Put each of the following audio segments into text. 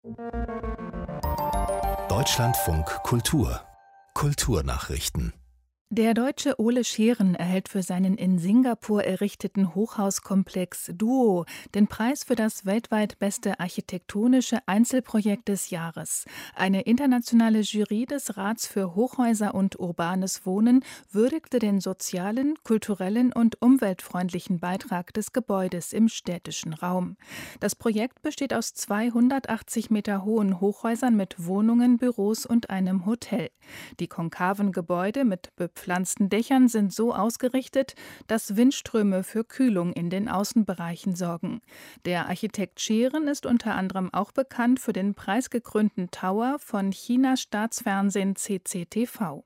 Deutschlandfunk Kultur Kulturnachrichten. Der Deutsche Ole Scheren erhält für seinen in Singapur errichteten Hochhauskomplex Duo den Preis für das weltweit beste architektonische Einzelprojekt des Jahres. Eine internationale Jury des Rats für Hochhäuser und urbanes Wohnen würdigte den sozialen, kulturellen und umweltfreundlichen Beitrag des Gebäudes im städtischen Raum. Das Projekt besteht aus 280 Meter hohen Hochhäusern mit Wohnungen, Büros und einem Hotel. Die konkaven Gebäude mit bepflanzten Dächern sind so ausgerichtet, dass Windströme für Kühlung in den Außenbereichen sorgen. Der Architekt Scheren ist unter anderem auch bekannt für den preisgekrönten Tower von Chinas Staatsfernsehen CCTV.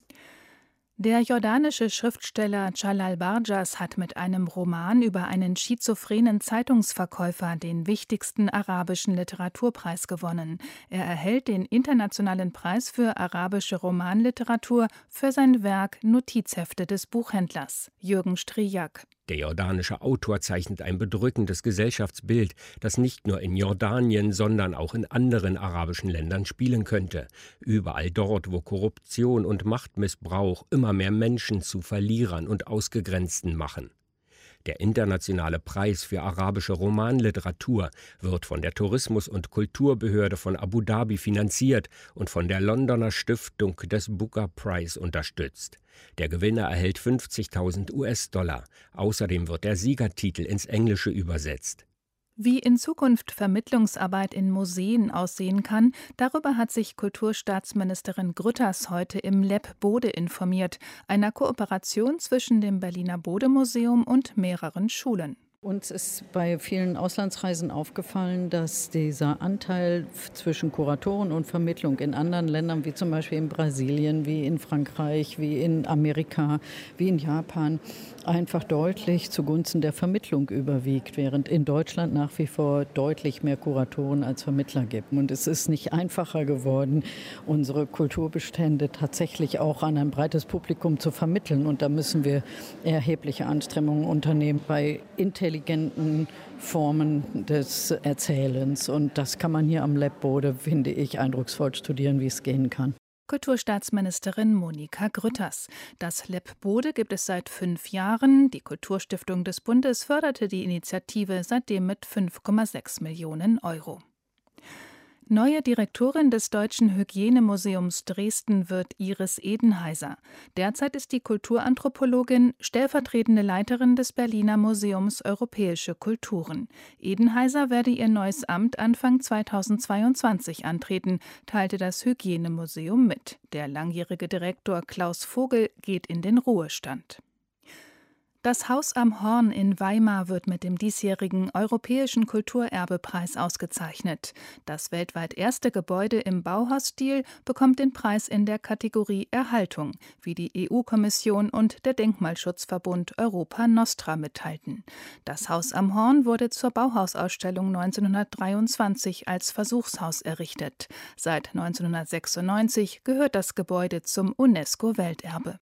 Der jordanische Schriftsteller Jalal Barjas hat mit einem Roman über einen schizophrenen Zeitungsverkäufer den wichtigsten arabischen Literaturpreis gewonnen. Er erhält den Internationalen Preis für arabische Romanliteratur für sein Werk Notizhefte des Buchhändlers. Jürgen Strijak. Der jordanische Autor zeichnet ein bedrückendes Gesellschaftsbild, das nicht nur in Jordanien, sondern auch in anderen arabischen Ländern spielen könnte. Überall dort, wo Korruption und Machtmissbrauch immer mehr Menschen zu Verlierern und Ausgegrenzten machen. Der Internationale Preis für arabische Romanliteratur wird von der Tourismus- und Kulturbehörde von Abu Dhabi finanziert und von der Londoner Stiftung des Booker Prize unterstützt. Der Gewinner erhält 50.000 US-Dollar. Außerdem wird der Siegertitel ins Englische übersetzt. Wie in Zukunft Vermittlungsarbeit in Museen aussehen kann, darüber hat sich Kulturstaatsministerin Grütters heute im LEP Bode informiert, einer Kooperation zwischen dem Berliner Bode-Museum und mehreren Schulen. Uns ist bei vielen Auslandsreisen aufgefallen, dass dieser Anteil zwischen Kuratoren und Vermittlung in anderen Ländern, wie zum Beispiel in Brasilien, wie in Frankreich, wie in Amerika, wie in Japan, einfach deutlich zugunsten der Vermittlung überwiegt, während in Deutschland nach wie vor deutlich mehr Kuratoren als Vermittler gibt. Und es ist nicht einfacher geworden, unsere Kulturbestände tatsächlich auch an ein breites Publikum zu vermitteln. Und da müssen wir erhebliche Anstrengungen unternehmen bei intelligenten Formen des Erzählens. Und das kann man hier am LEP Bode, finde ich, eindrucksvoll studieren, wie es gehen kann. Kulturstaatsministerin Monika Grütters. Das LEP Bode gibt es seit 5 Jahren. Die Kulturstiftung des Bundes förderte die Initiative seitdem mit 5,6 Millionen Euro. Neue Direktorin des Deutschen Hygienemuseums Dresden wird Iris Edenheiser. Derzeit ist die Kulturanthropologin stellvertretende Leiterin des Berliner Museums Europäische Kulturen. Edenheiser werde ihr neues Amt Anfang 2022 antreten, teilte das Hygienemuseum mit. Der langjährige Direktor Klaus Vogel geht in den Ruhestand. Das Haus am Horn in Weimar wird mit dem diesjährigen Europäischen Kulturerbepreis ausgezeichnet. Das weltweit erste Gebäude im Bauhausstil bekommt den Preis in der Kategorie Erhaltung, wie die EU-Kommission und der Denkmalschutzverbund Europa Nostra mitteilten. Das Haus am Horn wurde zur Bauhausausstellung 1923 als Versuchshaus errichtet. Seit 1996 gehört das Gebäude zum UNESCO-Welterbe.